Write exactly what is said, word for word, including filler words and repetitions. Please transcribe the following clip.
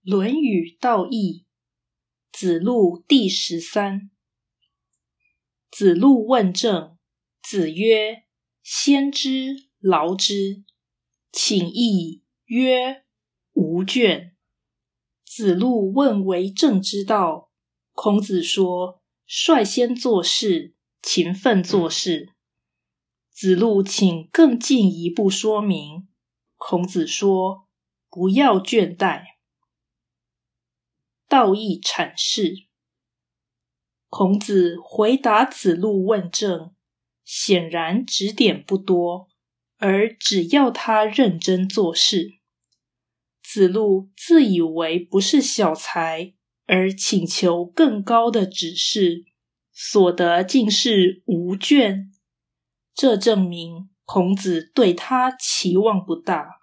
论语道义，子路第十三。子路问政，子曰：先知劳之。请益曰：无倦。子路问为政之道，孔子说：率先做事，勤奋做事。子路请更进一步说明，孔子说：不要倦怠。道义阐释。孔子回答子路问政，显然指点不多，而只要他认真做事。子路自以为不是小才，而请求更高的指示，所得竟是无倦。这证明孔子对他期望不大。